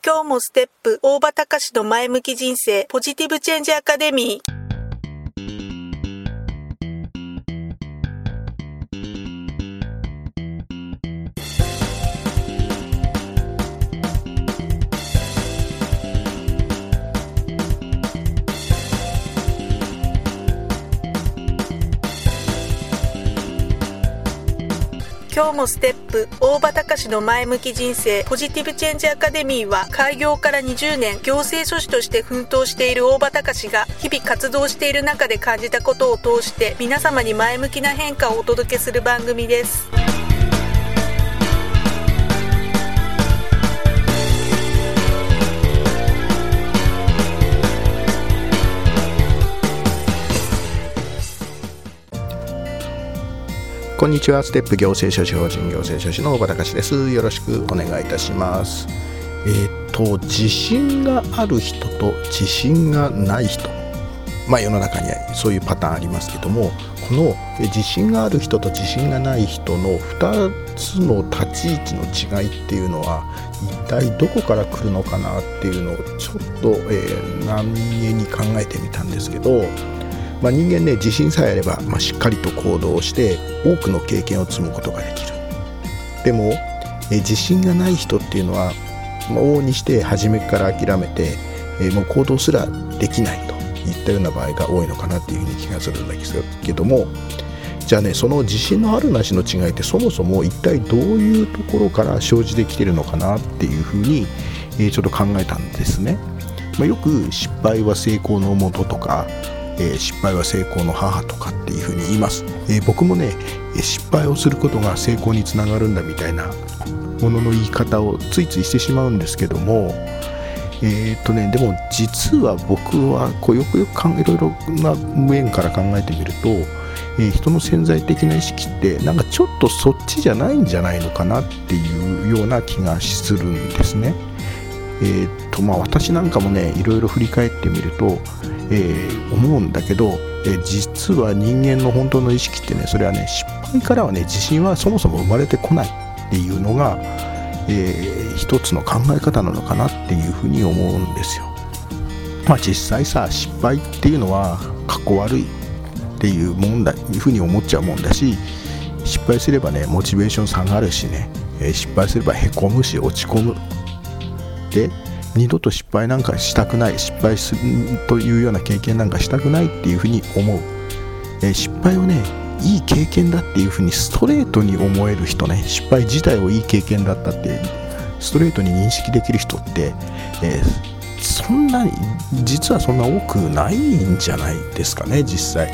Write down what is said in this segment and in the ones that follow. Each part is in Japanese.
今日もステップ大場隆の前向き人生ポジティブチェンジアカデミー。今日もステップ大場隆の前向き人生ポジティブチェンジアカデミーは、開業から20年行政書士として奮闘している大場隆が日々活動している中で感じたことを通して皆様に前向きな変化をお届けする番組です。 こんにちは。ステップ行政書士法人行政書士の大場隆です。よろしくお願いいたします。自信がある人と自信がない人、世の中にはそういうパターンありますけども、この自信がある人と自信がない人の2つの立ち位置の違いっていうのは一体どこから来るのかなっていうのをちょっと、何気に考えてみたんですけど、人間ね、自信さえあれば、しっかりと行動して多くの経験を積むことができる。でも、自信がない人っていうのは往々にして初めから諦めて、もう行動すらできないといったような場合が多いのかなっていうふうに気がするんですけども、じゃあね、その自信のあるなしの違いってそもそも一体どういうところから生じてきているのかなっていうふうに、ちょっと考えたんですね。よく失敗は成功のもととか、失敗は成功の母とかっていうふうに言います。僕もね、失敗をすることが成功につながるんだみたいなものの言い方をついついしてしまうんですけども、でも実は僕はこうよくいろいろな面から考えてみると、人の潜在的な意識ってなんかちょっとそっちじゃないんじゃないのかなっていうような気がするんですね。私なんかもね、いろいろ振り返ってみると、思うんだけど、実は人間の本当の意識ってね、それはね、失敗からはね、自信はそもそも生まれてこないっていうのが、一つの考え方なのかなっていうふうに思うんですよ。実際さ、失敗っていうのはかっこ悪いっていうふうに思っちゃうもんだし、失敗すればね、モチベーション下がるしね、失敗すればへこむし落ち込む。で、二度と失敗なんかしたくない、失敗するというような経験なんかしたくないっていうふうに思う。失敗をね、いい経験だっていうふうにストレートに思える人ね、失敗自体をいい経験だったってストレートに認識できる人って、実はそんな多くないんじゃないですかね、実際。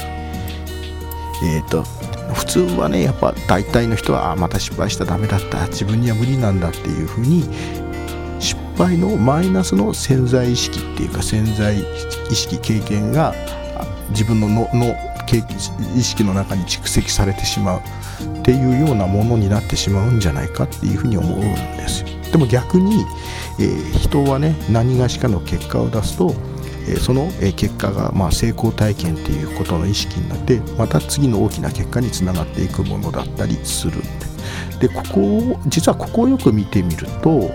普通はね、やっぱ大体の人はまた失敗した、ダメだった、自分には無理なんだっていうふうに、失敗のマイナスの潜在意識っていうか、潜在意識経験が自分の意識の中に蓄積されてしまうっていうようなものになってしまうんじゃないかっていうふうに思うんですよ。でも逆に、人はね、何がしかの結果を出すと、その結果が成功体験っていうことの意識になって、また次の大きな結果につながっていくものだったりするんで、実はここをよく見てみると、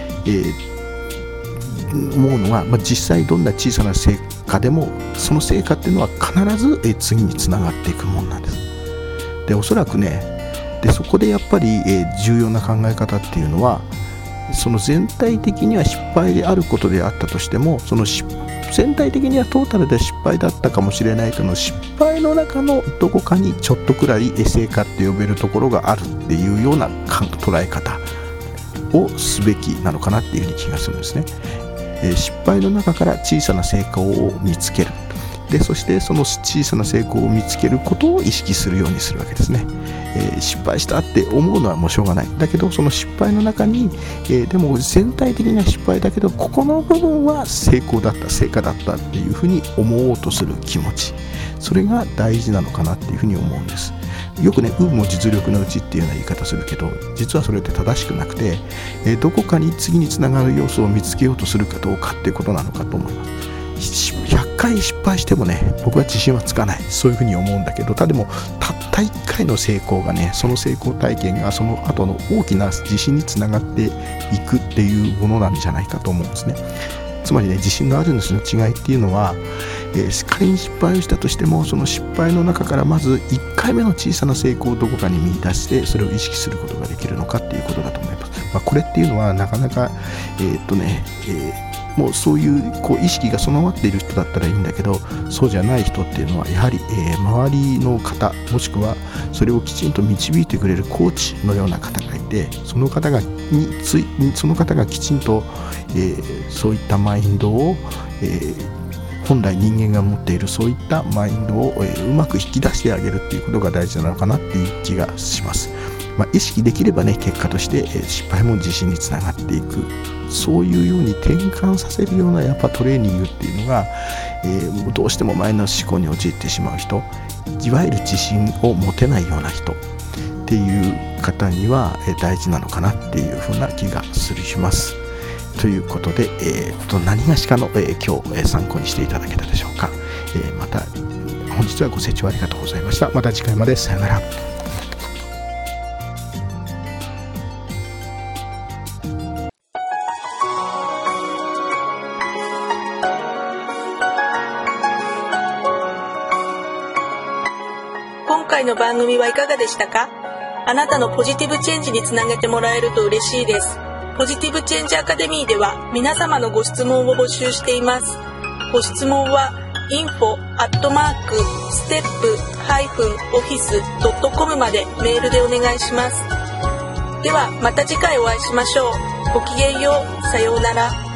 思うのは、実際どんな小さな成果でもその成果っていうのは必ず次につながっていくものなんです。で、おそらくね、そこでやっぱり重要な考え方っていうのは、その全体的には失敗であることであったとしても、その全体的にはトータルで失敗だったかもしれないけど、失敗の中のどこかにちょっとくらい成果って呼べるところがあるっていうような捉え方をすべきなのかなっていうふうに気がするんですね。失敗の中から小さな成功を見つける。で、そしてその小さな成功を見つけることを意識するようにするわけですね。失敗したって思うのはもうしょうがない。だけどその失敗の中に、でも全体的には失敗だけど、ここの部分は成功だった、成果だったっていうふうに思おうとする気持ち、それが大事なのかなっていうふうに思うんです。よくね、運も実力のうちっていうような言い方するけど、実はそれって正しくなくて、どこかに次につながる要素を見つけようとするかどうかっていうことなのかと思います。 回失敗してもね、僕は自信はつかない、そういうふうに思うんだけど、でもたった1回の成功がね、その成功体験がその後の大きな自信につながっていくっていうものなんじゃないかと思うんですね。つまりね、自信のある主の違いっていうのは、仮に失敗をしたとしても、その失敗の中からまず1回目の小さな成功をどこかに見出して、それを意識することができるのかっていうことだと思います。これっていうのはなかなかもうそういう意識が備わっている人だったらいいんだけど、そうじゃない人っていうのはやはり、周りの方、もしくはそれをきちんと導いてくれるコーチのような方がいて、その方がきちんと、そういったマインドを、本来人間が持っているそういったマインドを、うまく引き出してあげるっていうことが大事なのかなっていう気がします。意識できればね、結果として、失敗も自信につながっていく、そういうように転換させるようなやっぱトレーニングっていうのが、どうしてもマイナス思考に陥ってしまう人、いわゆる自信を持てないような人っていう方には、大事なのかなっていうふうな気がします。ということで、何がしかの、今日、参考にしていただけたでしょうか。また本日はご清聴ありがとうございました。また次回まで。さよなら。 今回の番組はいかがでしたか？あなたのポジティブチェンジにつなげてもらえると嬉しいです。ポジティブチェンジアカデミーでは皆様のご質問を募集しています。ご質問は info@step-office.com までメールでお願いします。ではまた次回お会いしましょう。ごきげんよう。さようなら。